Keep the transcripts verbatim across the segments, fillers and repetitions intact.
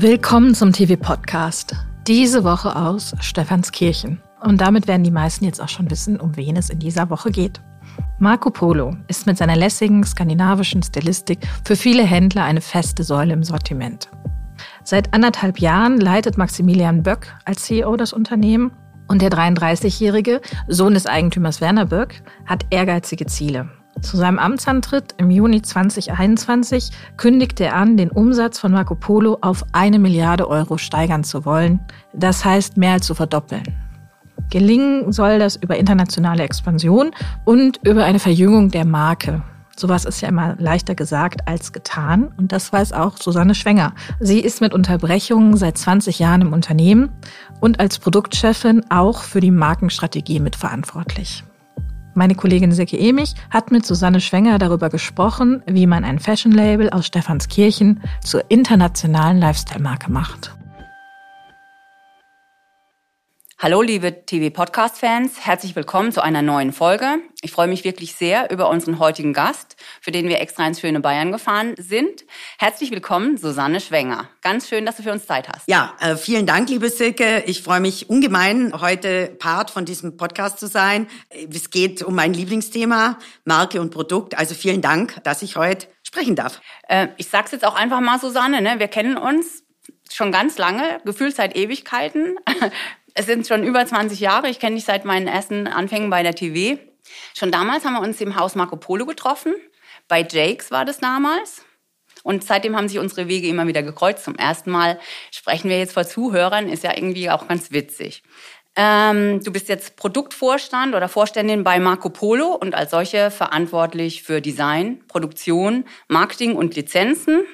Willkommen zum T V-Podcast. Diese Woche aus Stephanskirchen. Und damit werden die meisten jetzt auch schon wissen, um wen es in dieser Woche geht. Marco Polo ist mit seiner lässigen skandinavischen Stilistik für viele Händler eine feste Säule im Sortiment. Seit anderthalb Jahren leitet Maximilian Böck als C E O das Unternehmen und der dreiunddreißigjährige, Sohn des Eigentümers Werner Böck, hat ehrgeizige Ziele. Zu seinem Amtsantritt im Juni zweitausendeinundzwanzig kündigte er an, den Umsatz von Marco Polo auf eine Milliarde Euro steigern zu wollen. Das heißt, mehr als zu verdoppeln. Gelingen soll das über internationale Expansion und über eine Verjüngung der Marke. Sowas ist ja immer leichter gesagt als getan. Und das weiß auch Susanne Schwenger. Sie ist mit Unterbrechungen seit zwanzig Jahren im Unternehmen und als Produktchefin auch für die Markenstrategie mitverantwortlich. Meine Kollegin Silke Emich hat mit Susanne Schwenger darüber gesprochen, wie man ein Fashion-Label aus Stephanskirchen zur internationalen Lifestyle-Marke macht. Hallo liebe T V-Podcast-Fans, herzlich willkommen zu einer neuen Folge. Ich freue mich wirklich sehr über unseren heutigen Gast, für den wir extra ins schöne Bayern gefahren sind. Herzlich willkommen, Susanne Schwenger. Ganz schön, dass du für uns Zeit hast. Ja, äh, vielen Dank, liebe Silke. Ich freue mich ungemein, heute Part von diesem Podcast zu sein. Es geht um mein Lieblingsthema, Marke und Produkt. Also vielen Dank, dass ich heute sprechen darf. Äh, ich sag's jetzt auch einfach mal, Susanne, ne? Wir kennen uns schon ganz lange, gefühlt seit Ewigkeiten. Es sind schon über zwanzig Jahre. Ich kenne dich seit meinen ersten Anfängen bei der T V. Schon damals haben wir uns im Haus Marco Polo getroffen. Bei Jakes war das damals. Und seitdem haben sich unsere Wege immer wieder gekreuzt. Zum ersten Mal sprechen wir jetzt vor Zuhörern. Ist ja irgendwie auch ganz witzig. Ähm, du bist jetzt Produktvorstand oder Vorständin bei Marco Polo und als solche verantwortlich für Design, Produktion, Marketing und Lizenzen.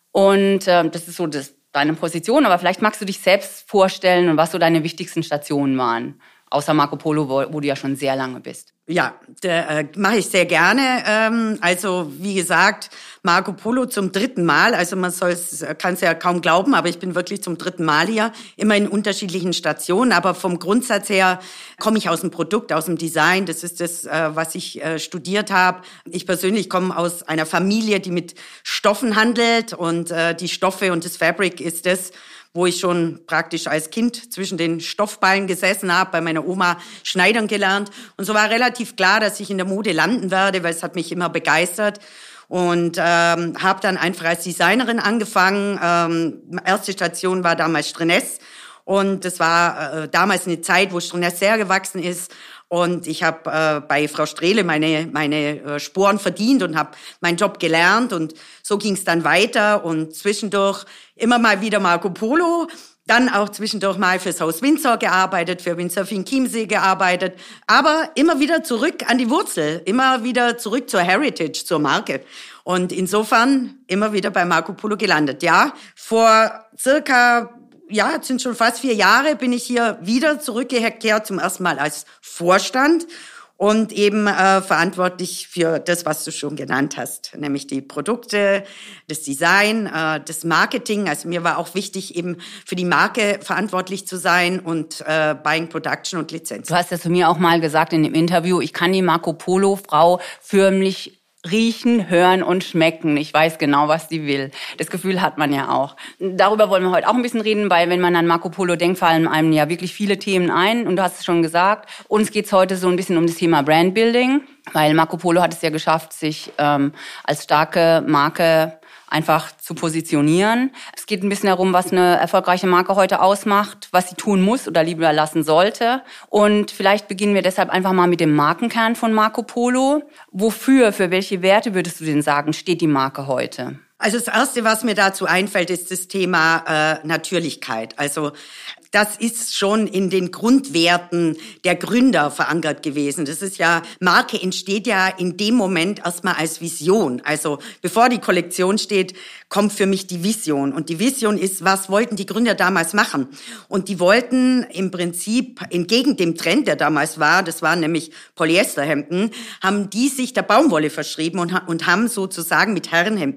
Und äh, das ist so das deine Position, aber vielleicht magst du dich selbst vorstellen und was so deine wichtigsten Stationen waren, außer Marco Polo, wo, wo du ja schon sehr lange bist. Ja, äh, mache ich sehr gerne. Ähm, also wie gesagt, Marco Polo zum dritten Mal. Also man kann es ja kaum glauben, aber ich bin wirklich zum dritten Mal hier, immer in unterschiedlichen Stationen. Aber vom Grundsatz her komme ich aus dem Produkt, aus dem Design. Das ist das, äh, was ich äh, studiert habe. Ich persönlich komme aus einer Familie, die mit Stoffen handelt und äh, die Stoffe und das Fabric ist das, wo ich schon praktisch als Kind zwischen den Stoffballen gesessen habe, bei meiner Oma schneidern gelernt. Und so war relativ klar, dass ich in der Mode landen werde, weil es hat mich immer begeistert. Und ähm, habe dann einfach als Designerin angefangen. Ähm, erste Station war damals Strenes. Und das war äh, damals eine Zeit, wo Strenes sehr gewachsen ist. Und ich habe äh, bei Frau Strehle meine meine äh, Sporen verdient und habe meinen Job gelernt. Und so ging es dann weiter. Und zwischendurch immer mal wieder Marco Polo. Dann auch zwischendurch mal fürs Haus Windsor gearbeitet, für Windsurfing Chiemsee gearbeitet. Aber immer wieder zurück an die Wurzel. Immer wieder zurück zur Heritage, zur Marke. Und insofern immer wieder bei Marco Polo gelandet. Ja, vor circa... Ja, jetzt sind schon fast vier Jahre, bin ich hier wieder zurückgekehrt, zum ersten Mal als Vorstand und eben äh, verantwortlich für das, was du schon genannt hast, nämlich die Produkte, das Design, äh, das Marketing. Also mir war auch wichtig, eben für die Marke verantwortlich zu sein und äh, Buying, Production und Lizenz. Du hast ja zu mir auch mal gesagt in dem Interview, ich kann die Marco Polo Frau förmlich riechen, hören und schmecken. Ich weiß genau, was die will. Das Gefühl hat man ja auch. Darüber wollen wir heute auch ein bisschen reden, weil wenn man an Marco Polo denkt, fallen einem ja wirklich viele Themen ein. Und du hast es schon gesagt, uns geht's heute so ein bisschen um das Thema Brandbuilding, weil Marco Polo hat es ja geschafft, sich ähm, als starke Marke einfach zu positionieren. Es geht ein bisschen darum, was eine erfolgreiche Marke heute ausmacht, was sie tun muss oder lieber lassen sollte. Und vielleicht beginnen wir deshalb einfach mal mit dem Markenkern von Marco Polo. Wofür, für welche Werte würdest du denn sagen, steht die Marke heute? Also das Erste, was mir dazu einfällt, ist das Thema äh, Natürlichkeit. Also das ist schon in den Grundwerten der Gründer verankert gewesen. Das ist ja, Marke entsteht ja in dem Moment erstmal als Vision. Also bevor die Kollektion steht, kommt für mich die Vision. Und die Vision ist, was wollten die Gründer damals machen? Und die wollten im Prinzip entgegen dem Trend, der damals war, das waren nämlich Polyesterhemden, haben die sich der Baumwolle verschrieben und, und haben sozusagen mit Herrenhemden begonnen.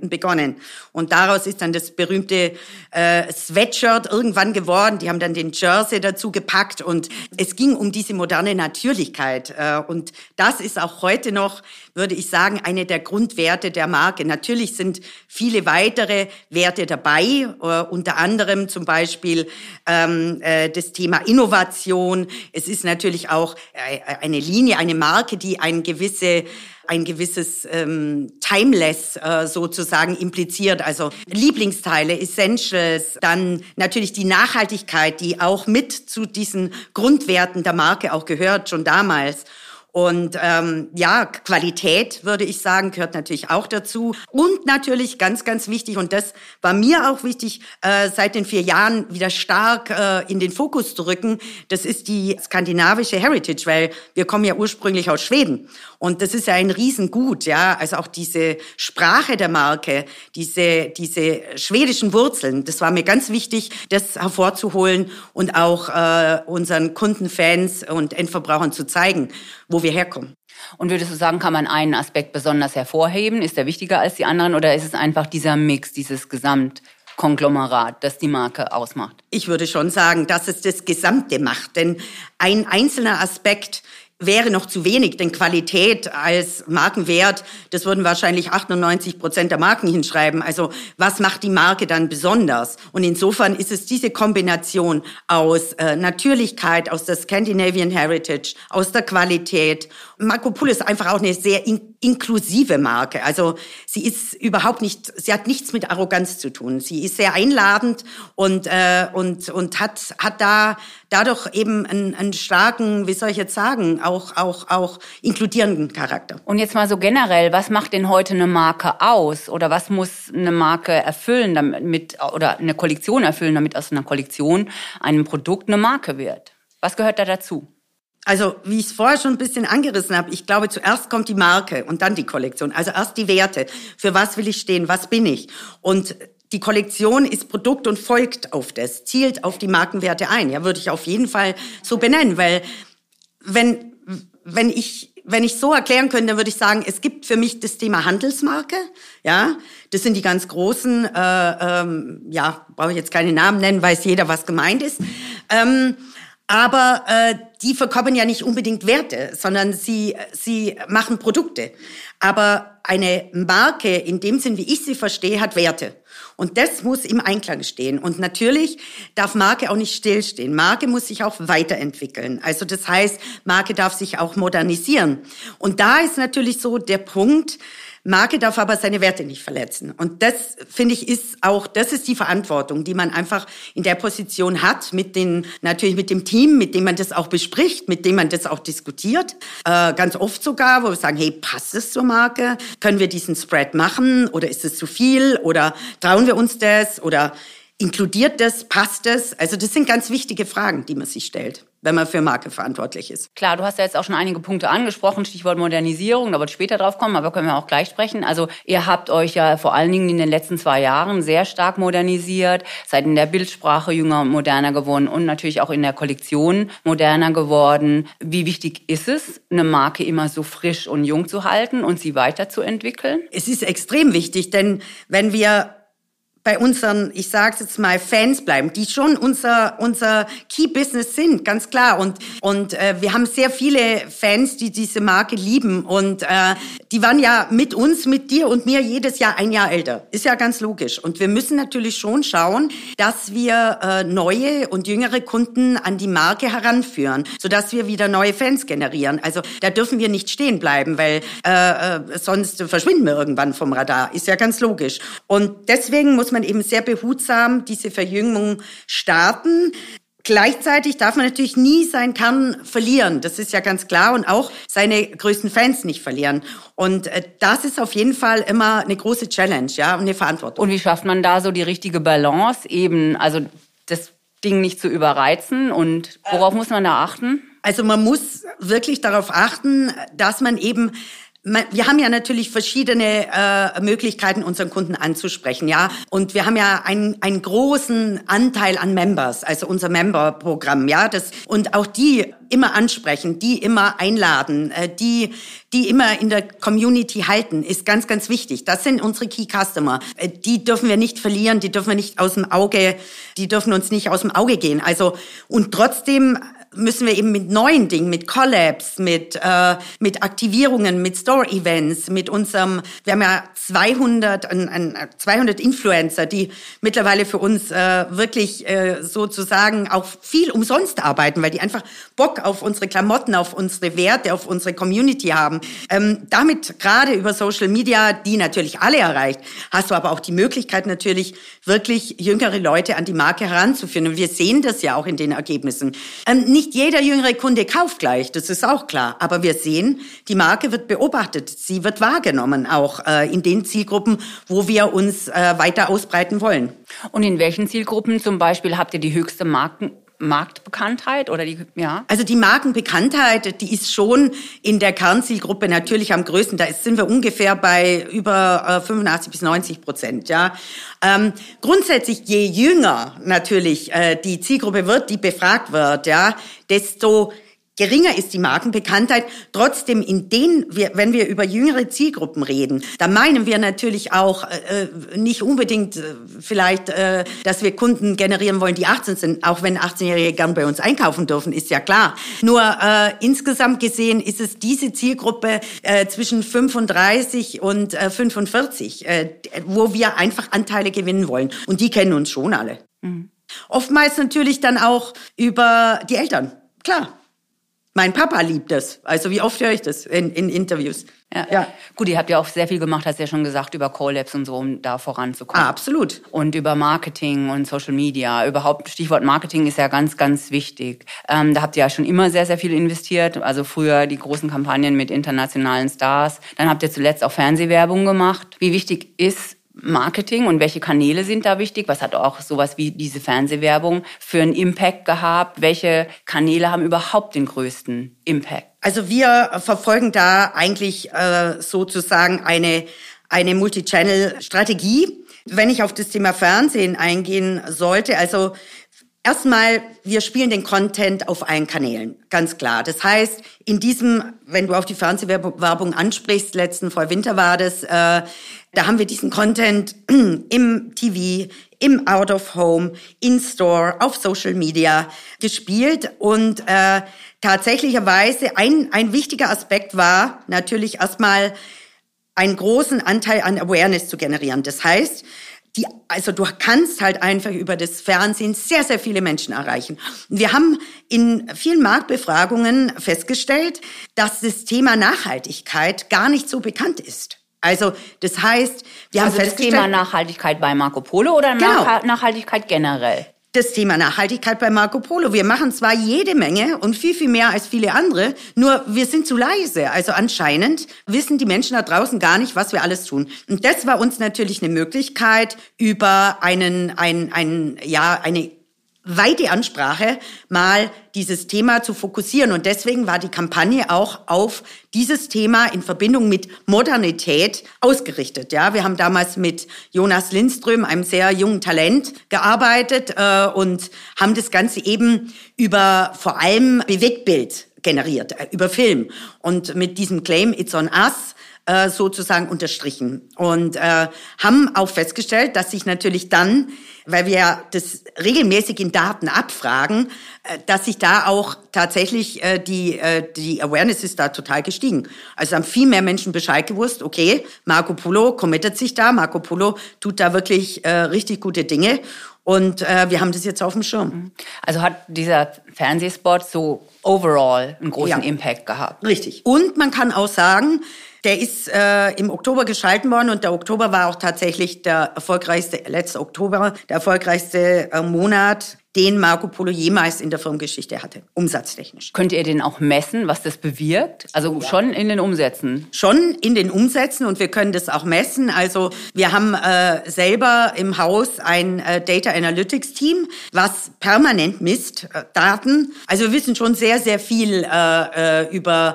designen. Und daraus ist dann das berühmte äh, Sweatshirt irgendwann geworden. Die haben dann den Jersey dazu gepackt und es ging um diese moderne Natürlichkeit. Äh, und das ist auch heute noch, würde ich sagen, eine der Grundwerte der Marke. Natürlich sind viele weitere Werte dabei, äh, unter anderem zum Beispiel ähm, äh, das Thema Innovation. Es ist natürlich auch äh, eine Linie, eine Marke, die ein gewisse ein gewisses ähm, Timeless äh, sozusagen impliziert, also Lieblingsteile, Essentials, dann natürlich die Nachhaltigkeit, die auch mit zu diesen Grundwerten der Marke auch gehört, schon damals. Und ähm, ja, Qualität, würde ich sagen, gehört natürlich auch dazu. Und natürlich ganz, ganz wichtig, und das war mir auch wichtig, äh, seit den vier Jahren wieder stark äh, in den Fokus zu rücken, das ist die skandinavische Heritage, weil wir kommen ja ursprünglich aus Schweden. Und das ist ja ein Riesengut, ja. Also auch diese Sprache der Marke, diese, diese schwedischen Wurzeln, das war mir ganz wichtig, das hervorzuholen und auch äh, unseren Kunden, Fans und Endverbrauchern zu zeigen, wo wir herkommen. Und würdest du sagen, kann man einen Aspekt besonders hervorheben? Ist der wichtiger als die anderen oder ist es einfach dieser Mix, dieses Gesamtkonglomerat, das die Marke ausmacht? Ich würde schon sagen, dass es das Gesamte macht, denn ein einzelner Aspekt wäre noch zu wenig, denn Qualität als Markenwert, das würden wahrscheinlich achtundneunzig Prozent der Marken hinschreiben. Also was macht die Marke dann besonders? Und insofern ist es diese Kombination aus äh, Natürlichkeit, aus der Scandinavian Heritage, aus der Qualität. Marco Polo ist einfach auch eine sehr in- inklusive Marke. Also sie ist überhaupt nicht, sie hat nichts mit Arroganz zu tun. Sie ist sehr einladend und äh, und und hat hat da dadurch eben einen, einen starken, wie soll ich jetzt sagen, auch auch auch inkludierenden Charakter. Und jetzt mal so generell, was macht denn heute eine Marke aus oder was muss eine Marke erfüllen, damit oder eine Kollektion erfüllen, damit aus einer Kollektion einem Produkt eine Marke wird? Was gehört da dazu? Also, wie ich es vorher schon ein bisschen angerissen habe, ich glaube, zuerst kommt die Marke und dann die Kollektion. Also erst die Werte. Für was will ich stehen? Was bin ich? Und die Kollektion ist Produkt und folgt auf das, zielt auf die Markenwerte ein. Ja, würde ich auf jeden Fall so benennen, weil wenn wenn ich wenn ich so erklären könnte, würde ich sagen, es gibt für mich das Thema Handelsmarke. Ja, das sind die ganz großen. Äh, ähm, ja, brauche ich jetzt keine Namen nennen, weiß jeder, was gemeint ist. Ähm, Aber äh, die verkaufen ja nicht unbedingt Werte, sondern sie sie machen Produkte. Aber eine Marke, in dem Sinn, wie ich sie verstehe, hat Werte. Und das muss im Einklang stehen. Und natürlich darf Marke auch nicht stillstehen. Marke muss sich auch weiterentwickeln. Also das heißt, Marke darf sich auch modernisieren. Und da ist natürlich so der Punkt, Marke darf aber seine Werte nicht verletzen. Und das, finde ich, ist auch, das ist die Verantwortung, die man einfach in der Position hat, mit den, natürlich mit dem Team, mit dem man das auch bespricht, mit dem man das auch diskutiert. Äh, ganz oft sogar, wo wir sagen, hey, passt es zur Marke? Können wir diesen Spread machen? Oder ist es zu viel? Oder trauen wir uns das? Oder inkludiert das? Passt das? Also das sind ganz wichtige Fragen, die man sich stellt, wenn man für Marke verantwortlich ist. Klar, du hast ja jetzt auch schon einige Punkte angesprochen, Stichwort Modernisierung, da wird später drauf kommen, aber können wir auch gleich sprechen. Also ihr habt euch ja vor allen Dingen in den letzten zwei Jahren sehr stark modernisiert, seid in der Bildsprache jünger und moderner geworden und natürlich auch in der Kollektion moderner geworden. Wie wichtig ist es, eine Marke immer so frisch und jung zu halten und sie weiterzuentwickeln? Es ist extrem wichtig, denn wenn wir bei unseren, ich sage jetzt mal, Fans bleiben, die schon unser unser Key Business sind, ganz klar. Und und äh, wir haben sehr viele Fans, die diese Marke lieben. Und äh, die waren ja mit uns, mit dir und mir jedes Jahr ein Jahr älter. Ist ja ganz logisch. Und wir müssen natürlich schon schauen, dass wir äh, neue und jüngere Kunden an die Marke heranführen, sodass wir wieder neue Fans generieren. Also da dürfen wir nicht stehen bleiben, weil äh, äh, sonst verschwinden wir irgendwann vom Radar. Ist ja ganz logisch. Und deswegen muss man eben sehr behutsam diese Verjüngung starten. Gleichzeitig darf man natürlich nie seinen Kern verlieren. Das ist ja ganz klar. Und auch seine größten Fans nicht verlieren. Und äh, das ist auf jeden Fall immer eine große Challenge, ja, und eine Verantwortung. Und wie schafft man da so die richtige Balance eben, also das Ding nicht zu überreizen? Und worauf äh, muss man da achten? Also man muss wirklich darauf achten, dass man eben Wir haben ja natürlich verschiedene äh, Möglichkeiten, unseren Kunden anzusprechen, ja. Und wir haben ja einen, einen großen Anteil an Members, also unser Member-Programm, ja. Das, und auch die immer ansprechen, die immer einladen, äh, die, die immer in der Community halten, ist ganz, ganz wichtig. Das sind unsere Key Customer. Äh, die dürfen wir nicht verlieren, die dürfen wir nicht aus dem Auge, die dürfen uns nicht aus dem Auge gehen. Also, und trotzdem müssen wir eben mit neuen Dingen, mit Collabs, mit äh, mit Aktivierungen, mit Store-Events, mit unserem, wir haben ja zweihundert, ein, ein, zweihundert Influencer, die mittlerweile für uns äh, wirklich äh, sozusagen auch viel umsonst arbeiten, weil die einfach Bock auf unsere Klamotten, auf unsere Werte, auf unsere Community haben. Ähm, damit gerade über Social Media, die natürlich alle erreicht, hast du aber auch die Möglichkeit natürlich wirklich jüngere Leute an die Marke heranzuführen. Und wir sehen das ja auch in den Ergebnissen. Ähm, Nicht jeder jüngere Kunde kauft gleich, das ist auch klar. Aber wir sehen, die Marke wird beobachtet, sie wird wahrgenommen, auch äh, in den Zielgruppen, wo wir uns äh, weiter ausbreiten wollen. Und in welchen Zielgruppen zum Beispiel habt ihr die höchste Marken Marktbekanntheit oder die, ja? Also die Markenbekanntheit, die ist schon in der Kernzielgruppe natürlich am größten. Da sind wir ungefähr bei über äh, fünfundachtzig bis neunzig Prozent, ja. Ähm, grundsätzlich, je jünger natürlich äh, die Zielgruppe wird, die befragt wird, ja, desto geringer ist die Markenbekanntheit. Trotzdem, in denen wir, wenn wir über jüngere Zielgruppen reden, da meinen wir natürlich auch äh, nicht unbedingt äh, vielleicht, äh, dass wir Kunden generieren wollen, die achtzehn sind, auch wenn achtzehnjährige gern bei uns einkaufen dürfen, ist ja klar. Nur äh, insgesamt gesehen ist es diese Zielgruppe äh, zwischen fünfunddreißig und äh, fünfundvierzig, äh, wo wir einfach Anteile gewinnen wollen. Und die kennen uns schon alle. Mhm. Oftmals natürlich dann auch über die Eltern, klar. Mein Papa liebt das. Also wie oft höre ich das in, in Interviews? Ja. ja. Gut, ihr habt ja auch sehr viel gemacht, hast ja schon gesagt, über Collabs und so, um da voranzukommen. Ah, absolut. Und über Marketing und Social Media. Überhaupt, Stichwort Marketing ist ja ganz, ganz wichtig. Ähm, da habt ihr ja schon immer sehr, sehr viel investiert. Also früher die großen Kampagnen mit internationalen Stars. Dann habt ihr zuletzt auch Fernsehwerbung gemacht. Wie wichtig ist Marketing und welche Kanäle sind da wichtig? Was hat auch sowas wie diese Fernsehwerbung für einen Impact gehabt? Welche Kanäle haben überhaupt den größten Impact? Also wir verfolgen da eigentlich äh, sozusagen eine eine Multi-Channel-Strategie. Wenn ich auf das Thema Fernsehen eingehen sollte, also erstmal, wir spielen den Content auf allen Kanälen, ganz klar. Das heißt, in diesem, wenn du auf die Fernsehwerbung ansprichst, letzten Vorwinter war das, äh, da haben wir diesen Content im T V, im Out of Home, in Store, auf Social Media gespielt und äh, tatsächlicherweise ein ein wichtiger Aspekt war natürlich erstmal einen großen Anteil an Awareness zu generieren. Das heißt, Die, also du kannst halt einfach über das Fernsehen sehr, sehr viele Menschen erreichen. Wir haben in vielen Marktbefragungen festgestellt, dass das Thema Nachhaltigkeit gar nicht so bekannt ist. Also das heißt, wir also haben festgestellt... Also das Thema Nachhaltigkeit bei Marco Polo oder genau. Nachhaltigkeit generell? Das Thema Nachhaltigkeit bei Marco Polo. Wir machen zwar jede Menge und viel, viel mehr als viele andere, nur wir sind zu leise. Also anscheinend wissen die Menschen da draußen gar nicht, was wir alles tun. Und das war uns natürlich eine Möglichkeit, über einen, ein, ein, ja, eine weite Ansprache mal dieses Thema zu fokussieren. Und deswegen war die Kampagne auch auf dieses Thema in Verbindung mit Modernität ausgerichtet. Ja, wir haben damals mit Jonas Lindström, einem sehr jungen Talent, gearbeitet äh, und haben das Ganze eben über vor allem Bewegtbild generiert, äh, über Film. Und mit diesem Claim It's on Us äh, sozusagen unterstrichen. Und äh, haben auch festgestellt, dass sich natürlich dann, weil wir ja das regelmäßig in Daten abfragen, dass sich da auch tatsächlich äh, die äh, die Awareness ist da total gestiegen. Also haben viel mehr Menschen Bescheid gewusst, okay, Marco Polo committet sich da, Marco Polo tut da wirklich äh, richtig gute Dinge und äh, wir haben das jetzt auf dem Schirm. Also hat dieser Fernsehspot so overall einen großen ja. Impact gehabt. Richtig. Und man kann auch sagen, der ist äh, im Oktober geschalten worden und der Oktober war auch tatsächlich der erfolgreichste, letzte Oktober, der erfolgreichste äh, Monat, den Marco Polo jemals in der Firmengeschichte hatte, umsatztechnisch. Könnt ihr den auch messen, was das bewirkt? Also ja. schon in den Umsätzen? Schon in den Umsätzen und wir können das auch messen. Also wir haben äh, selber im Haus ein äh, Data Analytics Team, was permanent misst, äh, Daten. Also wir wissen schon sehr, sehr viel äh, äh, über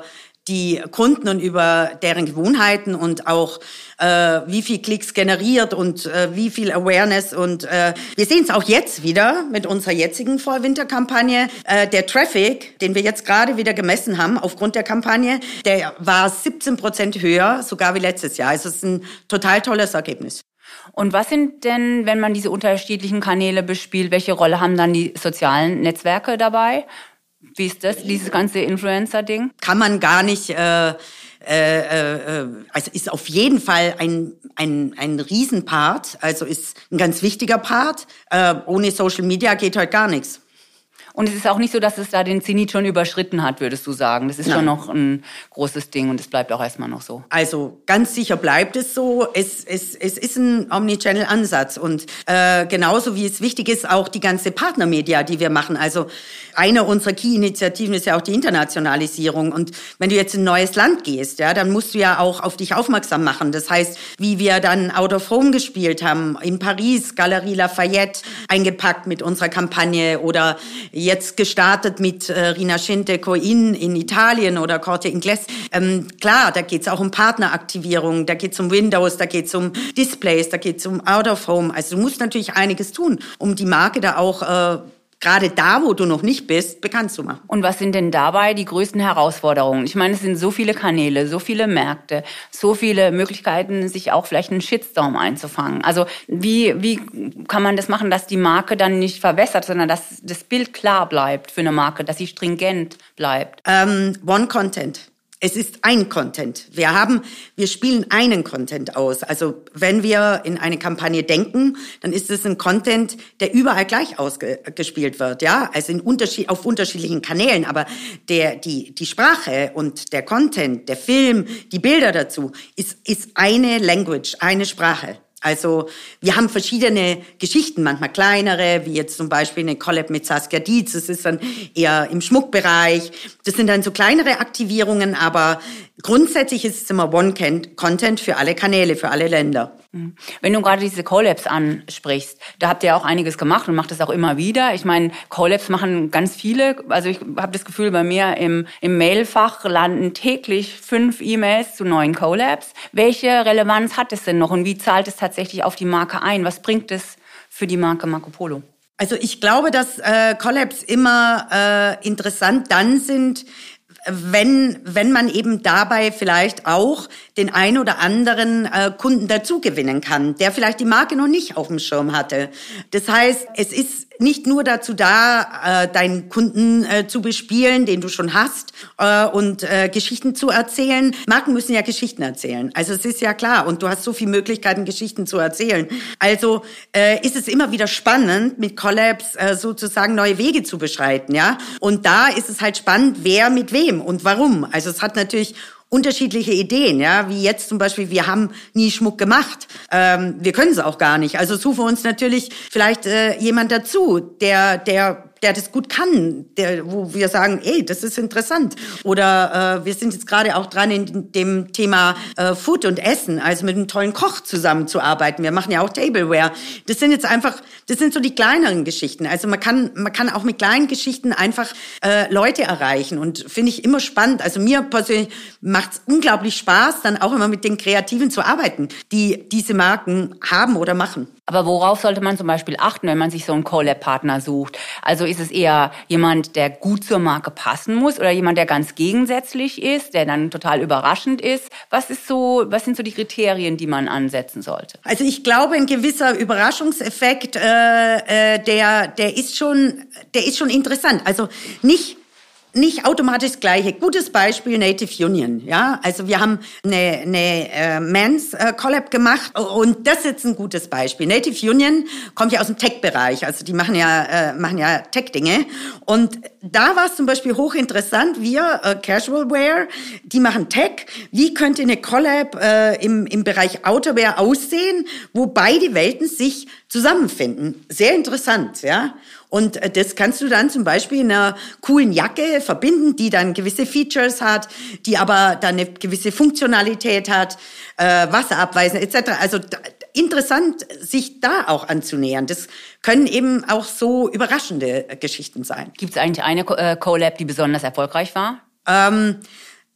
die Kunden und über deren Gewohnheiten und auch äh, wie viel Klicks generiert und äh, wie viel Awareness. Und äh, wir sehen es auch jetzt wieder mit unserer jetzigen Fall-Winter-Kampagne. Äh, der Traffic, den wir jetzt gerade wieder gemessen haben aufgrund der Kampagne, der war siebzehn Prozent höher, sogar wie letztes Jahr. Also es ist ein total tolles Ergebnis. Und was sind denn, wenn man diese unterschiedlichen Kanäle bespielt, welche Rolle haben dann die sozialen Netzwerke dabei? Wie ist das, dieses ganze Influencer-Ding? Kann man gar nicht, äh, äh, äh, also ist auf jeden Fall ein, ein, ein Riesenpart, also ist ein ganz wichtiger Part. Äh, ohne Social Media geht heute gar nichts. Und es ist auch nicht so, dass es da den Zenit schon überschritten hat, würdest du sagen. Das ist Nein. schon noch ein großes Ding und es bleibt auch erstmal noch so. Also ganz sicher bleibt es so. Es, es, es ist ein Omnichannel-Ansatz und äh, genauso wie es wichtig ist, auch die ganze Partnermedia, die wir machen. Also eine unserer Key-Initiativen ist ja auch die Internationalisierung. Und wenn du jetzt in ein neues Land gehst, ja, dann musst du ja auch auf dich aufmerksam machen. Das heißt, wie wir dann Out of Home gespielt haben, in Paris, Galerie Lafayette, eingepackt mit unserer Kampagne oder jetzt gestartet mit äh, Rinascente Coin in Italien oder Corte Inglés. Ähm, klar, da geht's auch um Partneraktivierung, da geht's um Windows, da geht's um Displays, da geht's um Out of Home. Also du musst natürlich einiges tun, um die Marke da auch äh, gerade da, wo du noch nicht bist, bekannt zu machen. Und was sind denn dabei die größten Herausforderungen? Ich meine, es sind so viele Kanäle, so viele Märkte, so viele Möglichkeiten, sich auch vielleicht einen Shitstorm einzufangen. Also wie, wie kann man das machen, dass die Marke dann nicht verwässert, sondern dass das Bild klar bleibt für eine Marke, dass sie stringent bleibt? Ähm, One Content. Es ist ein Content. Wir haben, wir spielen einen Content aus. Also wenn wir in eine Kampagne denken, dann ist es ein Content, der überall gleich ausgespielt wird, ja, also in Unterschied, auf unterschiedlichen Kanälen. Aber der, die, die Sprache und der Content, der Film, die Bilder dazu, ist, ist eine Language, eine Sprache. Also wir haben verschiedene Geschichten, manchmal kleinere, wie jetzt zum Beispiel eine Collab mit Saskia Dietz. Das ist dann eher im Schmuckbereich. Das sind dann so kleinere Aktivierungen, aber grundsätzlich ist es immer One-Content für alle Kanäle, für alle Länder. Wenn du gerade diese Collabs ansprichst, da habt ihr auch einiges gemacht und macht das auch immer wieder. Ich meine, Collabs machen ganz viele. Also ich habe das Gefühl, bei mir im, im Mailfach landen täglich fünf E-Mails zu neuen Collabs. Welche Relevanz hat es denn noch und wie zahlt es tatsächlich auf die Marke ein? Was bringt es für die Marke Marco Polo? Also ich glaube, dass äh, Collabs immer äh, interessant dann sind, wenn wenn man eben dabei vielleicht auch den ein oder anderen äh, Kunden dazu gewinnen kann, der vielleicht die Marke noch nicht auf dem Schirm hatte. Das heißt, es ist nicht nur dazu da, äh, deinen Kunden äh, zu bespielen, den du schon hast, äh, und äh, Geschichten zu erzählen. Marken müssen ja Geschichten erzählen. Also es ist ja klar. Und du hast so viele Möglichkeiten, Geschichten zu erzählen. Also äh, ist es immer wieder spannend, mit Collabs äh, sozusagen neue Wege zu beschreiten, ja. Und da ist es halt spannend, wer mit wem und warum. Also es hat natürlich unterschiedliche Ideen, ja, wie jetzt zum Beispiel, wir haben nie Schmuck gemacht, ähm, wir können es auch gar nicht. Also suchen wir uns natürlich vielleicht äh, jemand dazu, der der der das gut kann, der, wo wir sagen, ey, das ist interessant. Oder äh, wir sind jetzt gerade auch dran in dem Thema äh, Food und Essen, also mit einem tollen Koch zusammenzuarbeiten. Wir machen ja auch Tableware. Das sind jetzt einfach, das sind so die kleineren Geschichten. Also man kann man kann auch mit kleinen Geschichten einfach äh, Leute erreichen und finde ich immer spannend. Also mir persönlich macht es unglaublich Spaß, dann auch immer mit den Kreativen zu arbeiten, die diese Marken haben oder machen. Aber worauf sollte man zum Beispiel achten, wenn man sich so einen Collab-Partner sucht? Also ist es eher jemand, der gut zur Marke passen muss oder jemand, der ganz gegensätzlich ist, der dann total überraschend ist? Was ist so, was sind so die Kriterien, die man ansetzen sollte? Also ich glaube, ein gewisser Überraschungseffekt, äh, äh, der, der ist schon, der ist schon interessant. Also nicht Nicht automatisch das Gleiche. Gutes Beispiel Native Union, ja. Also wir haben eine, eine äh, Men's äh, Collab gemacht und das ist jetzt ein gutes Beispiel. Native Union kommt ja aus dem Tech-Bereich, also die machen ja äh, machen ja Tech-Dinge und da war es zum Beispiel hochinteressant. Wir äh, Casual Wear, die machen Tech. Wie könnte eine Collab äh, im im Bereich Outerwear aussehen, wo beide Welten sich zusammenfinden? Sehr interessant, ja. Und das kannst du dann zum Beispiel in einer coolen Jacke verbinden, die dann gewisse Features hat, die aber dann eine gewisse Funktionalität hat, äh, wasserabweisend et cetera. Also da, interessant, sich da auch anzunähern. Das können eben auch so überraschende Geschichten sein. Gibt es eigentlich eine äh, Collab, die besonders erfolgreich war? Ähm,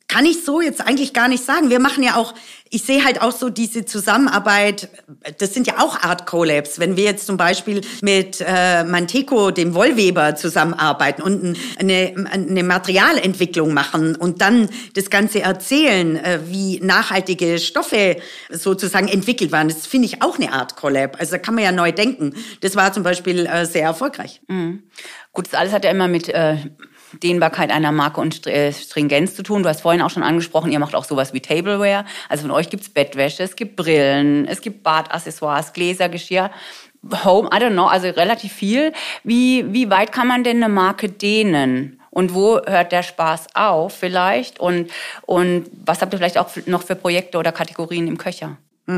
kann ich so jetzt eigentlich gar nicht sagen. Wir machen ja auch, ich sehe halt auch so diese Zusammenarbeit, das sind ja auch Art Collabs. Wenn wir jetzt zum Beispiel mit äh, Manteco, dem Wollweber, zusammenarbeiten und eine, eine Materialentwicklung machen und dann das Ganze erzählen, äh, wie nachhaltige Stoffe sozusagen entwickelt waren, das finde ich auch eine Art Collab. Also da kann man ja neu denken. Das war zum Beispiel äh, sehr erfolgreich. Mhm. Gut, das alles hat ja immer mit äh, Dehnbarkeit einer Marke und Stringenz zu tun. Du hast vorhin auch schon angesprochen, ihr macht auch sowas wie Tableware. Also von euch gibt's Bettwäsche, es gibt Brillen, es gibt Badaccessoires, Gläser, Geschirr, Home, I don't know, also relativ viel. Wie, wie weit kann man denn eine Marke dehnen? Und wo hört der Spaß auf vielleicht? Und, und was habt ihr vielleicht auch noch für Projekte oder Kategorien im Köcher?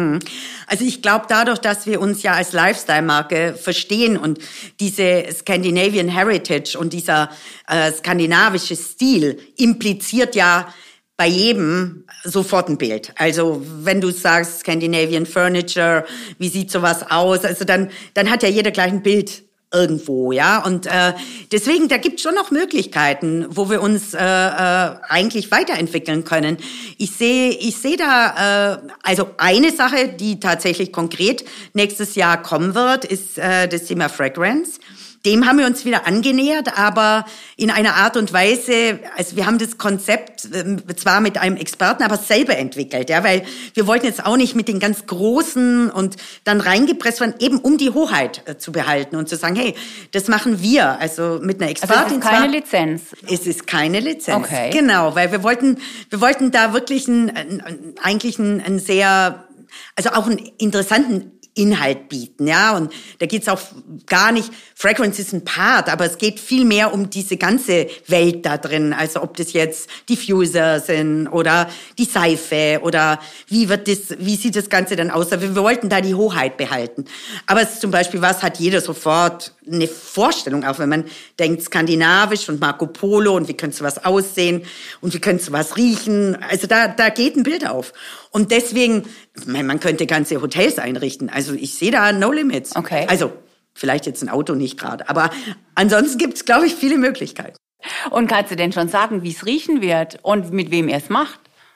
Also ich glaube, dadurch, dass wir uns ja als Lifestyle-Marke verstehen und diese Scandinavian Heritage und dieser äh, skandinavische Stil impliziert ja bei jedem sofort ein Bild. Also wenn du sagst Scandinavian Furniture, wie sieht sowas aus? Also dann, dann hat ja jeder gleich ein Bild irgendwo, ja. Und äh, deswegen, da gibt es schon noch Möglichkeiten, wo wir uns äh, äh, eigentlich weiterentwickeln können. Ich sehe, ich sehe da, äh, also eine Sache, die tatsächlich konkret nächstes Jahr kommen wird, ist äh, das Thema Fragrance. Dem haben wir uns wieder angenähert, aber in einer Art und Weise, also wir haben das Konzept äh, zwar mit einem Experten, aber selber entwickelt, ja, weil wir wollten jetzt auch nicht mit den ganz Großen und dann reingepresst werden, eben um die Hoheit äh, zu behalten und zu sagen, hey, das machen wir, also mit einer Expertin. Also es ist keine zwar, Lizenz? Es ist keine Lizenz, okay. Genau, weil wir wollten, wir wollten da wirklich ein, ein, eigentlich einen, einen sehr, also auch einen interessanten Inhalt bieten, ja, und da geht's auch gar nicht, Fragrance ist ein Part, aber es geht viel mehr um diese ganze Welt da drin, also ob das jetzt Diffuser sind oder die Seife oder wie wird das, wie sieht das Ganze dann aus, wir wollten da die Hoheit behalten, aber es ist zum Beispiel, was hat jeder sofort eine Vorstellung, auch wenn man denkt skandinavisch und Marco Polo und wie könnte sowas aussehen und wie könnte sowas riechen, also da, da geht ein Bild auf. Und deswegen, man könnte ganze Hotels einrichten. Also ich sehe da no limits. Okay. Also vielleicht jetzt ein Auto nicht gerade, aber ansonsten gibt es, glaube ich, viele Möglichkeiten. Und kannst du denn schon sagen, wie es riechen wird und mit wem ihr es macht?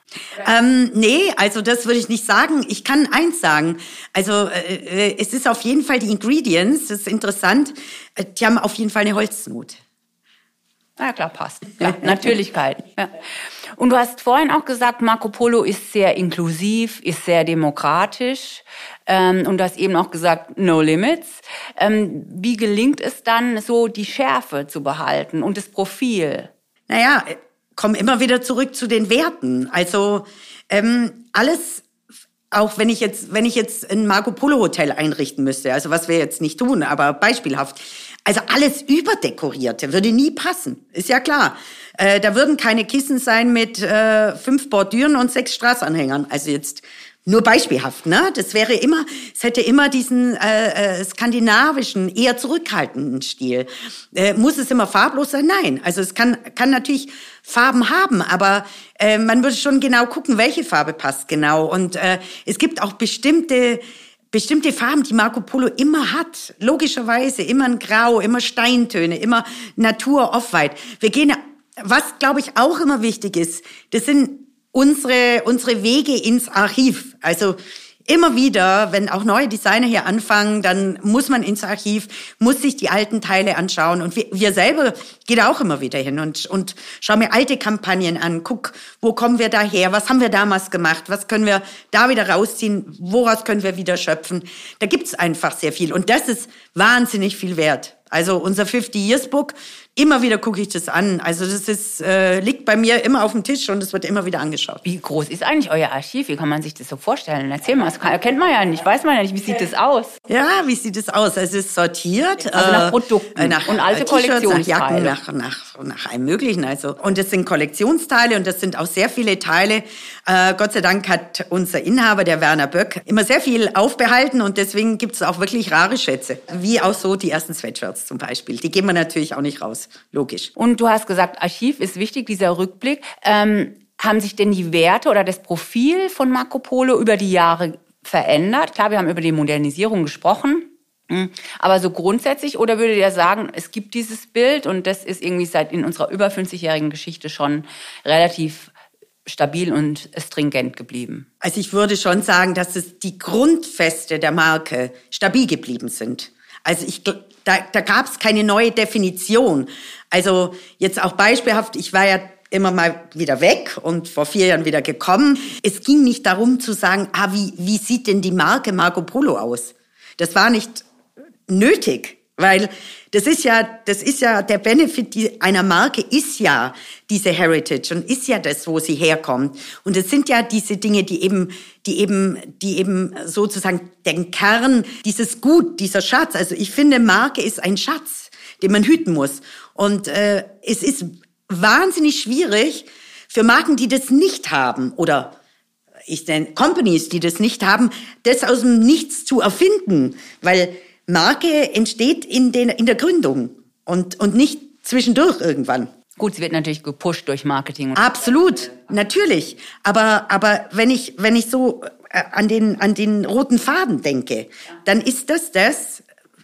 Ähm, nee, also das würde ich nicht sagen. Ich kann eins sagen. Also äh, es ist auf jeden Fall die Ingredients, das ist interessant, die haben auf jeden Fall eine Holznot. Na ja, klar, passt. Ja, Natürlichkeit. Ja. Und du hast vorhin auch gesagt, Marco Polo ist sehr inklusiv, ist sehr demokratisch. Ähm, und du hast eben auch gesagt, no limits. Ähm, wie gelingt es dann, so die Schärfe zu behalten und das Profil? Naja, komm immer wieder zurück zu den Werten. Also ähm, alles, auch wenn ich jetzt, wenn ich jetzt ein Marco Polo Hotel einrichten müsste, also was wir jetzt nicht tun, aber beispielhaft. Also alles Überdekorierte würde nie passen, ist ja klar. Äh, da würden keine Kissen sein mit äh, fünf Bordüren und sechs Straßanhängern. Also jetzt nur beispielhaft, ne? Das wäre immer, es hätte immer diesen äh, äh, skandinavischen, eher zurückhaltenden Stil. Äh, muss es immer farblos sein? Nein. Also es kann kann natürlich Farben haben, aber äh, man würde schon genau gucken, welche Farbe passt genau. Und äh, es gibt auch bestimmte Bestimmte Farben, die Marco Polo immer hat, logischerweise, immer ein Grau, immer Steintöne, immer Natur, Off-White. Wir gehen, was glaube ich auch immer wichtig ist, das sind unsere, unsere Wege ins Archiv. Also immer wieder, wenn auch neue Designer hier anfangen, dann muss man ins Archiv, muss sich die alten Teile anschauen. Und wir, wir selber gehen auch immer wieder hin und, und schauen mir alte Kampagnen an. Guck, wo kommen wir daher? Was haben wir damals gemacht? Was können wir da wieder rausziehen? Woraus können wir wieder schöpfen? Da gibt's einfach sehr viel. Und das ist wahnsinnig viel wert. Also unser fifty Years Book, immer wieder gucke ich das an. Also das ist, äh, liegt bei mir immer auf dem Tisch und es wird immer wieder angeschaut. Wie groß ist eigentlich euer Archiv? Wie kann man sich das so vorstellen? Erzähl mal, das kann, kennt man ja nicht, weiß man ja nicht. Wie sieht das aus? Ja, wie sieht es aus? Es ist sortiert. Also nach Produkten äh, nach, und alte Kollektionsteile. Nach Kollektionsteile. Jacken, nach, nach, nach allem Möglichen. Also. Und es sind Kollektionsteile und das sind auch sehr viele Teile. Äh, Gott sei Dank hat unser Inhaber, der Werner Böck, immer sehr viel aufbehalten und deswegen gibt es auch wirklich rare Schätze. Wie auch so die ersten Sweatshirts zum Beispiel. Die geben wir natürlich auch nicht raus, logisch. Und du hast gesagt, Archiv ist wichtig, dieser Rückblick. Ähm, haben sich denn die Werte oder das Profil von Marco Polo über die Jahre verändert? Klar, wir haben über die Modernisierung gesprochen, aber so grundsätzlich, oder würdet ihr sagen, es gibt dieses Bild und das ist irgendwie seit in unserer über fünfzigjährigen Geschichte schon relativ stabil und stringent geblieben? Also ich würde schon sagen, dass es die Grundfeste der Marke stabil geblieben sind. Also ich, da, da gab es keine neue Definition. Also jetzt auch beispielhaft, ich war ja immer mal wieder weg und vor vier Jahren wieder gekommen. Es ging nicht darum zu sagen, ah, wie, wie sieht denn die Marke Marco Polo aus? Das war nicht nötig, weil das ist ja, das ist ja der Benefit einer Marke ist ja diese Heritage und ist ja das, wo sie herkommt. Und es sind ja diese Dinge, die eben, die eben, die eben sozusagen den Kern, dieses Gut, dieser Schatz. Also ich finde, Marke ist ein Schatz, den man hüten muss. Und äh, es ist wahnsinnig schwierig für Marken, die das nicht haben oder ich nenne Companies, die das nicht haben, das aus dem Nichts zu erfinden, weil Marke entsteht in, den, in der Gründung und, und nicht zwischendurch irgendwann. Gut, sie wird natürlich gepusht durch Marketing. Absolut, natürlich. Aber, aber wenn ich, wenn ich so an den, an den roten Faden denke, dann ist das das,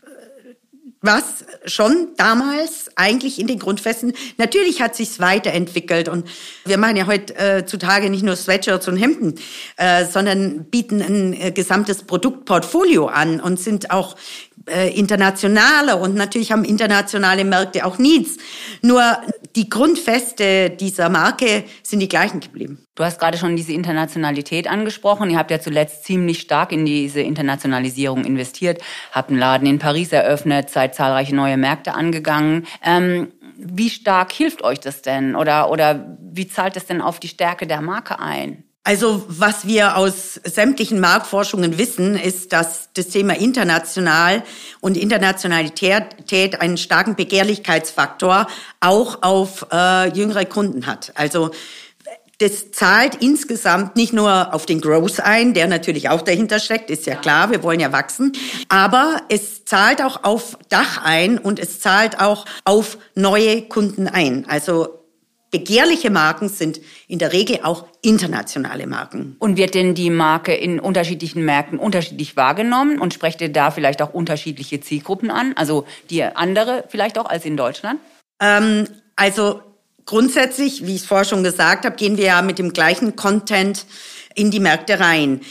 was schon damals eigentlich in den Grundfesten, natürlich hat sich's weiterentwickelt und wir machen ja heutzutage nicht nur Sweatshirts und Hemden, äh, sondern bieten ein äh, gesamtes Produktportfolio an und sind auch äh, internationaler und natürlich haben internationale Märkte auch Needs. Nur die Grundfeste dieser Marke sind die gleichen geblieben. Du hast gerade schon diese Internationalität angesprochen. Ihr habt ja zuletzt ziemlich stark in diese Internationalisierung investiert, habt einen Laden in Paris eröffnet, seid zahlreiche neue Märkte angegangen. Ähm, wie stark hilft euch das denn? Oder, oder wie zahlt es denn auf die Stärke der Marke ein? Also was wir aus sämtlichen Marktforschungen wissen, ist, dass das Thema international und Internationalität einen starken Begehrlichkeitsfaktor auch auf äh, jüngere Kunden hat. Also das zahlt insgesamt nicht nur auf den Growth ein, der natürlich auch dahinter steckt, ist ja klar, wir wollen ja wachsen, aber es zahlt auch auf Dach ein und es zahlt auch auf neue Kunden ein. Also begehrliche Marken sind in der Regel auch internationale Marken. Und wird denn die Marke in unterschiedlichen Märkten unterschiedlich wahrgenommen und sprecht ihr da vielleicht auch unterschiedliche Zielgruppen an, also die andere vielleicht auch als in Deutschland? Ähm, also grundsätzlich, wie ich es vorher schon gesagt habe, gehen wir ja mit dem gleichen Content in die Märkte rein.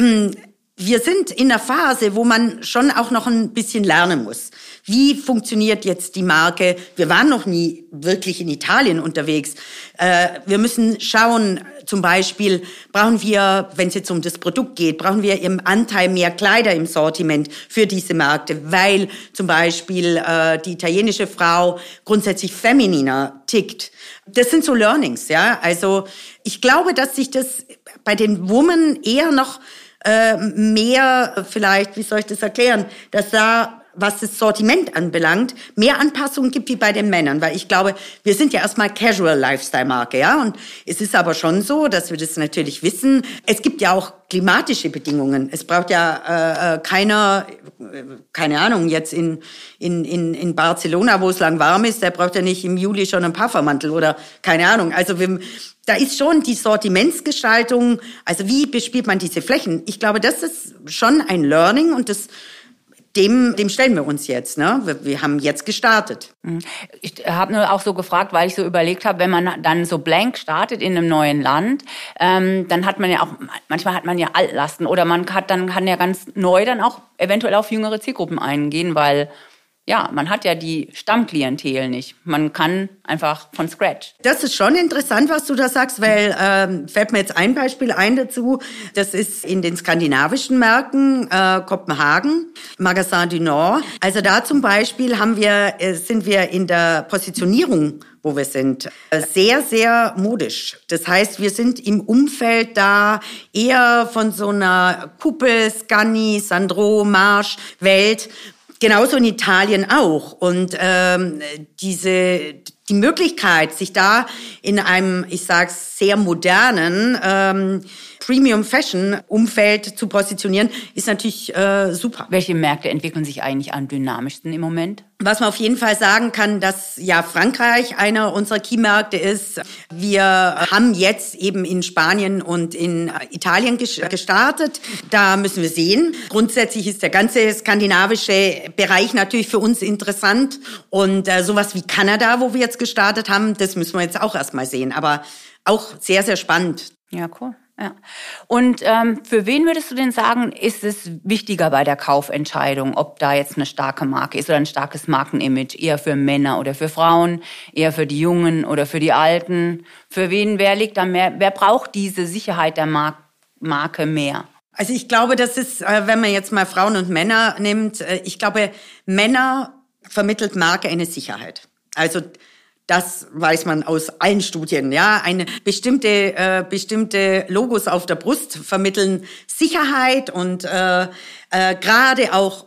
Wir sind in einer Phase, wo man schon auch noch ein bisschen lernen muss. Wie funktioniert jetzt die Marke? Wir waren noch nie wirklich in Italien unterwegs. Wir müssen schauen, zum Beispiel brauchen wir, wenn es jetzt um das Produkt geht, brauchen wir im Anteil mehr Kleider im Sortiment für diese Märkte, weil zum Beispiel die italienische Frau grundsätzlich femininer tickt. Das sind so Learnings, ja. Also ich glaube, dass sich das bei den Women eher noch äh, mehr, vielleicht, wie soll ich das erklären, dass da, was das Sortiment anbelangt, mehr Anpassungen gibt wie bei den Männern. Weil ich glaube, wir sind ja erstmal Casual-Lifestyle-Marke, ja. Und es ist aber schon so, dass wir das natürlich wissen. Es gibt ja auch klimatische Bedingungen. Es braucht ja äh, keiner, keine Ahnung, jetzt in, in, in, in Barcelona, wo es lang warm ist, der braucht ja nicht im Juli schon einen Puffermantel oder keine Ahnung. Also wir, da ist schon die Sortimentsgestaltung, also wie bespielt man diese Flächen? Ich glaube, das ist schon ein Learning und das Dem, dem stellen wir uns jetzt. Ne? Wir, wir haben jetzt gestartet. Ich habe nur auch so gefragt, weil ich so überlegt habe, wenn man dann so blank startet in einem neuen Land, ähm, dann hat man ja auch, manchmal hat man ja Altlasten oder man hat dann kann ja ganz neu dann auch eventuell auf jüngere Zielgruppen eingehen, weil ja, man hat ja die Stammklientel nicht. Man kann einfach von Scratch. Das ist schon interessant, was du da sagst, weil ähm, fällt mir jetzt ein Beispiel ein dazu. Das ist in den skandinavischen Märkten, äh, Kopenhagen, Magasin du Nord. Also da zum Beispiel haben wir, äh, sind wir in der Positionierung, wo wir sind, sehr, sehr modisch. Das heißt, wir sind im Umfeld da eher von so einer Kuppel, Scani, Sandro, Marsch, Welt. Genauso in Italien auch. Und ähm, diese die Möglichkeit, sich da in einem, ich sag's, sehr modernen ähm, Premium-Fashion-Umfeld zu positionieren, ist natürlich äh, super. Welche Märkte entwickeln sich eigentlich am dynamischsten im Moment? Was man auf jeden Fall sagen kann, dass ja Frankreich einer unserer Key-Märkte ist. Wir haben jetzt eben in Spanien und in Italien gestartet. Da müssen wir sehen. Grundsätzlich ist der ganze skandinavische Bereich natürlich für uns interessant. Und äh, sowas wie Kanada, wo wir jetzt gestartet haben, das müssen wir jetzt auch erstmal sehen. Aber auch sehr, sehr spannend. Ja, cool. Ja. Und ähm, für wen würdest du denn sagen, ist es wichtiger bei der Kaufentscheidung, ob da jetzt eine starke Marke ist oder ein starkes Markenimage, eher für Männer oder für Frauen, eher für die Jungen oder für die Alten? Für wen, wer liegt da mehr, wer braucht diese Sicherheit der Mar- Marke mehr? Also ich glaube, das ist, wenn man jetzt mal Frauen und Männer nimmt, ich glaube, Männer vermittelt Marke eine Sicherheit. Also das weiß man aus allen Studien, ja. Eine bestimmte, äh, bestimmte Logos auf der Brust vermitteln Sicherheit und äh, äh, gerade auch,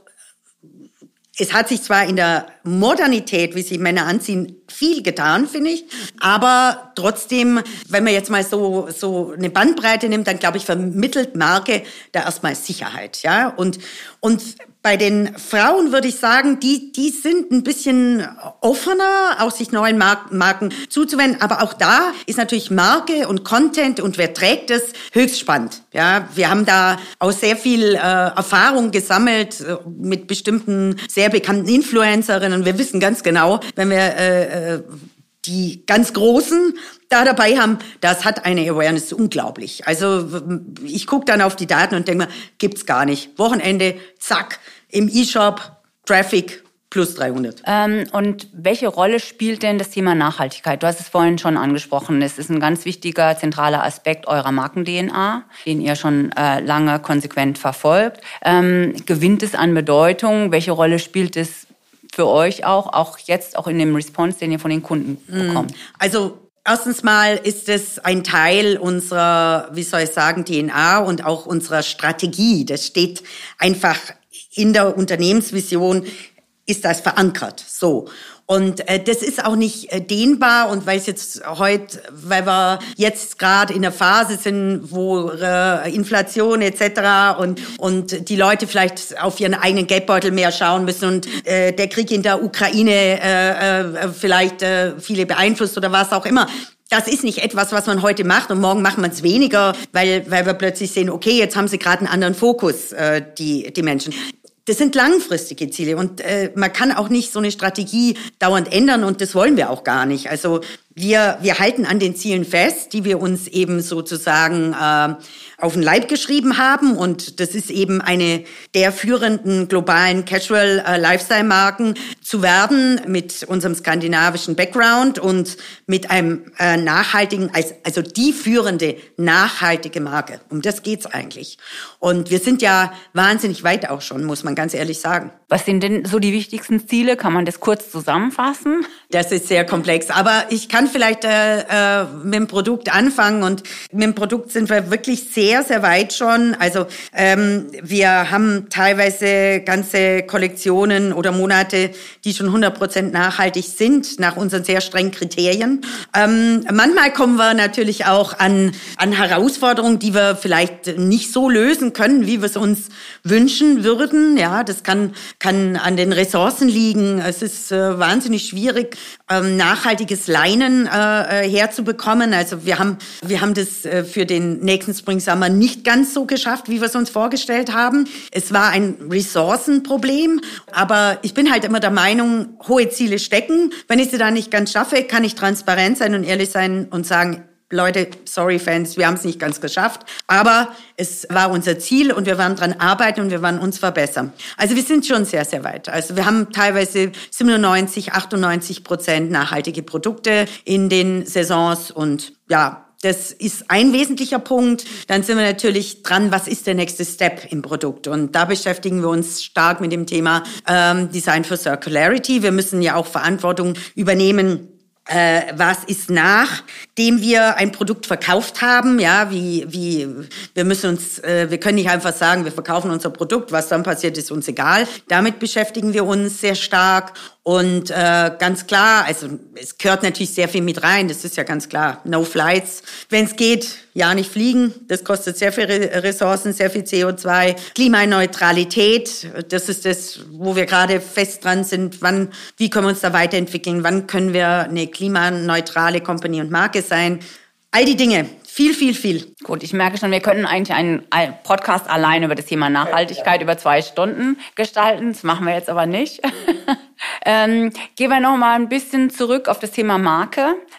es hat sich zwar in der Modernität, wie sich Männer anziehen, viel getan, finde ich, aber trotzdem, wenn man jetzt mal so so eine Bandbreite nimmt, dann glaube ich, vermittelt Marke da erstmal Sicherheit, ja. Und und bei den Frauen würde ich sagen, die die sind ein bisschen offener, auch sich neuen Mar- Marken zuzuwenden. Aber auch da ist natürlich Marke und Content und wer trägt es höchst spannend. Ja, wir haben da auch sehr viel äh, Erfahrung gesammelt äh, mit bestimmten sehr bekannten Influencerinnen. Wir wissen ganz genau, wenn wir äh, die ganz Großen da dabei haben, das hat eine Awareness unglaublich. Also ich gucke dann auf die Daten und denke mir, gibt's gar nicht. Wochenende, zack, im E-Shop, Traffic plus dreihundert. Ähm, und welche Rolle spielt denn das Thema Nachhaltigkeit? Du hast es vorhin schon angesprochen. Es ist ein ganz wichtiger, zentraler Aspekt eurer Marken-D N A, den ihr schon äh, lange konsequent verfolgt. Ähm, gewinnt es an Bedeutung? Welche Rolle spielt es für euch auch, auch jetzt auch in dem Response, den ihr von den Kunden bekommt? Also erstens mal ist es ein Teil unserer, wie soll ich sagen, D N A und auch unserer Strategie. Das steht einfach in der Unternehmensvision, ist das verankert. So. Und äh, das ist auch nicht äh, dehnbar. Und weil es jetzt heute, weil wir jetzt gerade in der Phase sind, wo äh, Inflation et cetera und und die Leute vielleicht auf ihren eigenen Geldbeutel mehr schauen müssen und äh, der Krieg in der Ukraine äh, äh, vielleicht äh, viele beeinflusst oder was auch immer. Das ist nicht etwas, was man heute macht und morgen macht man es weniger, weil weil wir plötzlich sehen, okay, jetzt haben sie gerade einen anderen Fokus, äh, die die Menschen. Das sind langfristige Ziele und äh, man kann auch nicht so eine Strategie dauernd ändern und das wollen wir auch gar nicht. Also wir wir halten an den Zielen fest, die wir uns eben sozusagen äh, auf den Leib geschrieben haben und das ist eben eine der führenden globalen Casual äh, Lifestyle Marken zu werden mit unserem skandinavischen Background und mit einem äh, nachhaltigen, als, also die führende nachhaltige Marke. Um das geht's eigentlich. Und wir sind ja wahnsinnig weit auch schon, muss man ganz ehrlich sagen. Was sind denn so die wichtigsten Ziele? Kann man das kurz zusammenfassen? Das ist sehr komplex, aber ich kann vielleicht äh, äh, mit dem Produkt anfangen und mit dem Produkt sind wir wirklich sehr, sehr weit schon. Also ähm, wir haben teilweise ganze Kollektionen oder Monate, die schon hundert Prozent nachhaltig sind, nach unseren sehr strengen Kriterien. Ähm, manchmal kommen wir natürlich auch an, an Herausforderungen, die wir vielleicht nicht so lösen können, wie wir es uns wünschen würden. Ja, das kann, kann an den Ressourcen liegen. Es ist äh, wahnsinnig schwierig, ähm, nachhaltiges Leinen äh, herzubekommen. Also wir haben, wir haben das äh, für den nächsten Spring Summer nicht ganz so geschafft, wie wir es uns vorgestellt haben. Es war ein Ressourcenproblem, aber ich bin halt immer der Meinung, hohe Ziele stecken. Wenn ich sie da nicht ganz schaffe, kann ich transparent sein und ehrlich sein und sagen, Leute, sorry Fans, wir haben es nicht ganz geschafft, aber es war unser Ziel und wir werden dran arbeiten und wir werden uns verbessern. Also wir sind schon sehr, sehr weit. Also wir haben teilweise siebenundneunzig, achtundneunzig Prozent nachhaltige Produkte in den Saisons und ja, das ist ein wesentlicher Punkt. Dann sind wir natürlich dran, was ist der nächste Step im Produkt? Und da beschäftigen wir uns stark mit dem Thema ähm, Design for Circularity. Wir müssen ja auch Verantwortung übernehmen. Äh, was ist nachdem wir ein Produkt verkauft haben? Ja, wie wie wir müssen uns, äh, wir können nicht einfach sagen, wir verkaufen unser Produkt, was dann passiert, ist uns egal. Damit beschäftigen wir uns sehr stark und äh, ganz klar, also es gehört natürlich sehr viel mit rein. Das ist ja ganz klar. No Flights, wenn es geht, ja nicht fliegen. Das kostet sehr viel Ressourcen, sehr viel C O zwei. Klimaneutralität, das ist das, wo wir gerade fest dran sind. Wann, wie können wir uns da weiterentwickeln? Wann können wir eine klimaneutrale Company und Marke sein? All die Dinge. Viel, viel, viel. Gut, ich merke schon, wir könnten eigentlich einen Podcast allein über das Thema Nachhaltigkeit über zwei Stunden gestalten. Das machen wir jetzt aber nicht. ähm, gehen wir noch mal ein bisschen zurück auf das Thema Marke.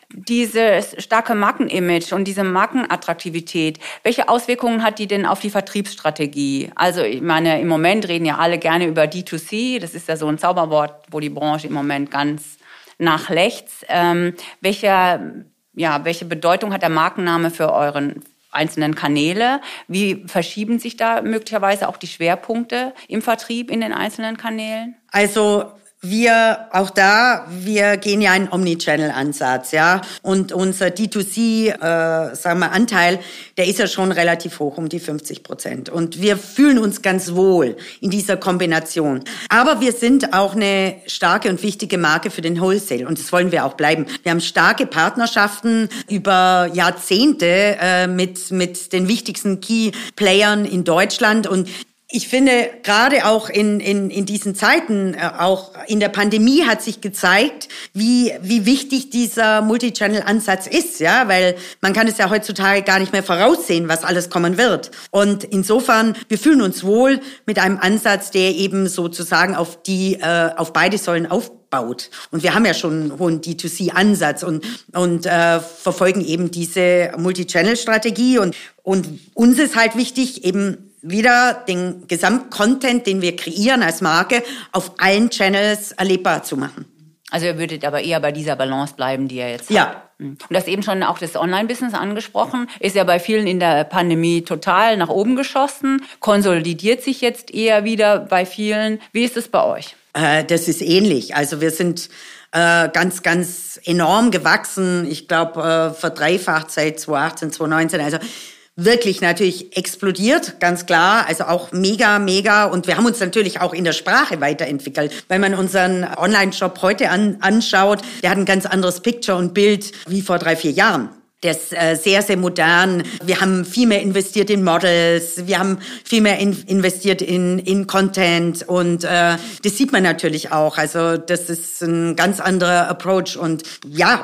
Dieses starke Markenimage und diese Markenattraktivität, welche Auswirkungen hat die denn auf die Vertriebsstrategie? Also ich meine, im Moment reden ja alle gerne über D zwei C, das ist ja so ein Zauberwort, wo die Branche im Moment ganz nachlächzt. Ähm, welche, ja, welche Bedeutung hat der Markenname für euren einzelnen Kanäle? Wie verschieben sich da möglicherweise auch die Schwerpunkte im Vertrieb in den einzelnen Kanälen? Also wir, auch da, wir gehen ja einen Omnichannel-Ansatz, ja. Und unser D zwei C, äh, sagen wir, Anteil, der ist ja schon relativ hoch, um die fünfzig Prozent. Und wir fühlen uns ganz wohl in dieser Kombination. Aber wir sind auch eine starke und wichtige Marke für den Wholesale. Und das wollen wir auch bleiben. Wir haben starke Partnerschaften über Jahrzehnte äh, mit, mit den wichtigsten Key-Playern in Deutschland. Und ich finde, gerade auch in, in, in diesen Zeiten, äh, auch in der Pandemie hat sich gezeigt, wie, wie wichtig dieser Multichannel-Ansatz ist, ja, weil man kann es ja heutzutage gar nicht mehr voraussehen, was alles kommen wird. Und insofern, wir fühlen uns wohl mit einem Ansatz, der eben sozusagen auf die, äh, auf beide Säulen aufbaut. Und wir haben ja schon einen hohen D zwei C-Ansatz und, und äh, verfolgen eben diese Multichannel-Strategie. Und, und uns ist halt wichtig, eben wieder den Gesamtcontent, den wir kreieren als Marke, auf allen Channels erlebbar zu machen. Also ihr würdet aber eher bei dieser Balance bleiben, die ihr jetzt ja. habt. Und du hast eben schon auch das Online-Business angesprochen. Ist ja bei vielen in der Pandemie total nach oben geschossen. Konsolidiert sich jetzt eher wieder bei vielen. Wie ist es bei euch? Äh, das ist ähnlich. Also wir sind äh, ganz, ganz enorm gewachsen. Ich glaube, äh, verdreifacht seit zwanzig achtzehn, zwanzig neunzehn. Also wirklich natürlich explodiert, ganz klar, also auch mega, mega. Und wir haben uns natürlich auch in der Sprache weiterentwickelt. Wenn man unseren Online-Shop heute an, anschaut, der hat ein ganz anderes Picture und Bild wie vor drei, vier Jahren. Der ist äh, sehr, sehr modern. Wir haben viel mehr investiert in Models. Wir haben viel mehr in, investiert in, in Content. Und äh, das sieht man natürlich auch. Also das ist ein ganz anderer Approach. Und ja,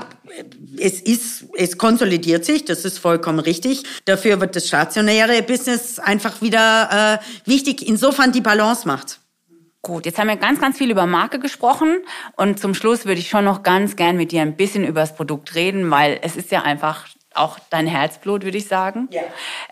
es ist, es konsolidiert sich. Das ist vollkommen richtig. Dafür wird das stationäre Business einfach wieder äh, wichtig, insofern die Balance macht. Gut, jetzt haben wir ganz, ganz viel über Marke gesprochen und zum Schluss würde ich schon noch ganz gern mit dir ein bisschen über das Produkt reden, weil es ist ja einfach auch dein Herzblut, würde ich sagen. Ja.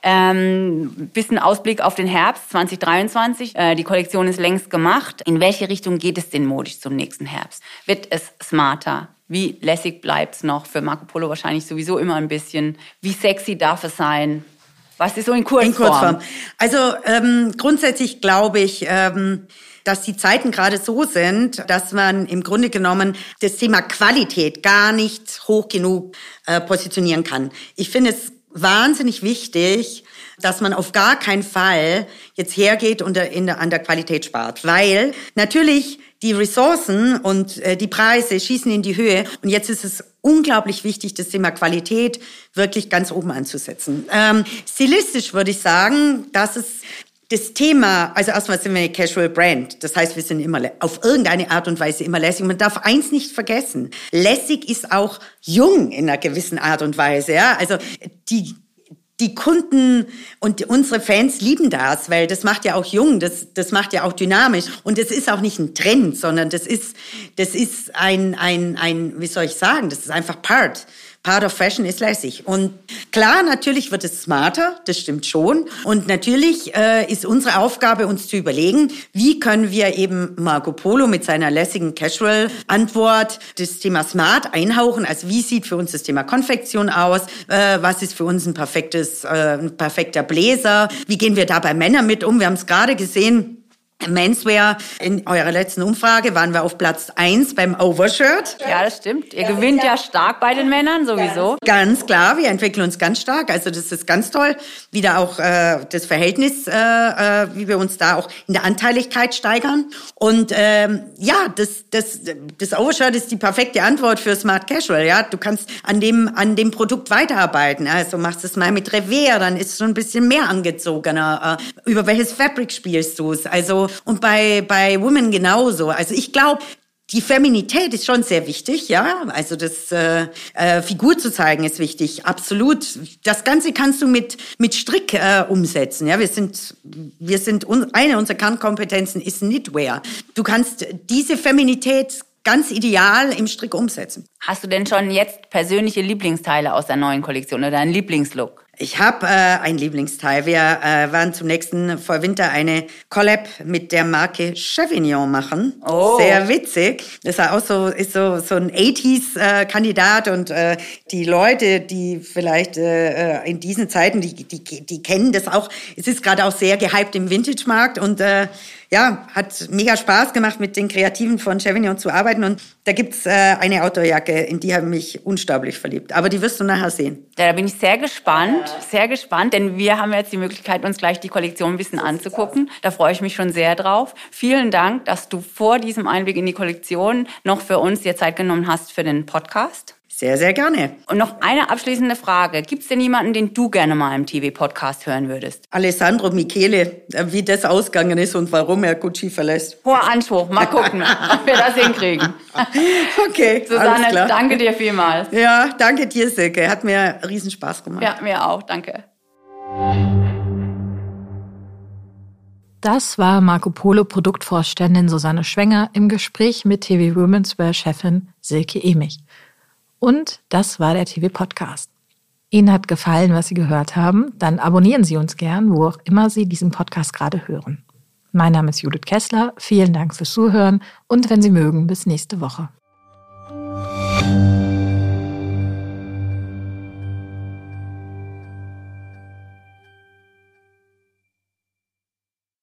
Ähm, bisschen Ausblick auf den Herbst zwanzig dreiundzwanzig. Äh, die Kollektion ist längst gemacht. In welche Richtung geht es denn modisch zum nächsten Herbst? Wird es smarter? Wie lässig bleibt's noch? Für Marco Polo wahrscheinlich sowieso immer ein bisschen. Wie sexy darf es sein? Was ist so in Kurzform? In Kurzform. Also ähm, grundsätzlich glaube ich, ähm, dass die Zeiten gerade so sind, dass man im Grunde genommen das Thema Qualität gar nicht hoch genug äh, positionieren kann. Ich finde es wahnsinnig wichtig, dass man auf gar keinen Fall jetzt hergeht und in der, an der Qualität spart, weil natürlich die Ressourcen und äh, die Preise schießen in die Höhe und jetzt ist es unglaublich wichtig, das Thema Qualität wirklich ganz oben anzusetzen. Ähm, stilistisch würde ich sagen, dass es das Thema, also erstmal sind wir eine Casual Brand. Das heißt, wir sind immer auf irgendeine Art und Weise immer lässig. Man darf eins nicht vergessen. Lässig ist auch jung in einer gewissen Art und Weise, ja. Also, die, die Kunden und unsere Fans lieben das, weil das macht ja auch jung, das, das macht ja auch dynamisch. Und das ist auch nicht ein Trend, sondern das ist, das ist ein, ein, ein, wie soll ich sagen, das ist einfach Part. Part of Fashion ist lässig. Und klar, natürlich wird es smarter, das stimmt schon. Und natürlich äh, ist unsere Aufgabe, uns zu überlegen, wie können wir eben Marco Polo mit seiner lässigen Casual-Antwort das Thema Smart einhauchen. Also wie sieht für uns das Thema Konfektion aus? Äh, was ist für uns ein perfektes, äh, ein perfekter Bläser? Wie gehen wir da bei Männern mit um? Wir haben es gerade gesehen. Menswear, in eurer letzten Umfrage waren wir auf Platz eins beim Overshirt. Ja, das stimmt. Ihr gewinnt ja stark bei den Männern sowieso. Ganz, ganz klar, wir entwickeln uns ganz stark. Also das ist ganz toll. Wieder auch äh, das Verhältnis, äh, äh, wie wir uns da auch in der Anteiligkeit steigern. Und ähm, ja, das, das, das Overshirt ist die perfekte Antwort für Smart Casual. Ja, du kannst an dem, an dem Produkt weiterarbeiten. Also machst es mal mit Revers, dann ist es schon ein bisschen mehr angezogener. Äh, über welches Fabric spielst du es? Also und bei bei Women genauso. Also ich glaube, die Feminität ist schon sehr wichtig, ja. Also das äh, äh, Figur zu zeigen ist wichtig, absolut. Das Ganze kannst du mit mit Strick äh, umsetzen, ja. Wir sind wir sind eine unserer Kernkompetenzen ist Knitwear. Du kannst diese Feminität ganz ideal im Strick umsetzen. Hast du denn schon jetzt persönliche Lieblingsteile aus der neuen Kollektion oder einen Lieblingslook? Ich habe äh, ein Lieblingsteil. Wir äh, werden zum nächsten vor Winter eine Collab mit der Marke Chevignon machen. Oh. Sehr witzig. Das ist auch so, ist so, so ein achtziger-Kandidat und äh, die Leute, die vielleicht äh, in diesen Zeiten, die, die, die kennen das auch. Es ist gerade auch sehr gehypt im Vintage-Markt und äh, ja, hat mega Spaß gemacht, mit den Kreativen von Chevignon zu arbeiten. Und da gibt's äh, eine Outdoorjacke, in die habe ich mich unsterblich verliebt. Aber die wirst du nachher sehen. Ja, da bin ich sehr gespannt, sehr gespannt, denn wir haben jetzt die Möglichkeit, uns gleich die Kollektion ein bisschen anzugucken. Da freue ich mich schon sehr drauf. Vielen Dank, dass du vor diesem Einblick in die Kollektion noch für uns dir Zeit genommen hast für den Podcast. Sehr, sehr gerne. Und noch eine abschließende Frage. Gibt es denn jemanden, den du gerne mal im T V-Podcast hören würdest? Alessandro Michele, wie das ausgegangen ist und warum er Gucci verlässt. Hoher Anspruch. Mal gucken, ob wir das hinkriegen. Okay, Susanne, alles klar. Danke dir vielmals. Ja, danke dir, Silke. Hat mir riesen Spaß gemacht. Ja, mir auch. Danke. Das war Marco Polo Produktvorständin Susanne Schwenger im Gespräch mit T V Women's Wear Chefin Silke Emich. Und das war der T V-Podcast. Ihnen hat gefallen, was Sie gehört haben? Dann abonnieren Sie uns gern, wo auch immer Sie diesen Podcast gerade hören. Mein Name ist Judith Kessler. Vielen Dank fürs Zuhören und wenn Sie mögen, bis nächste Woche.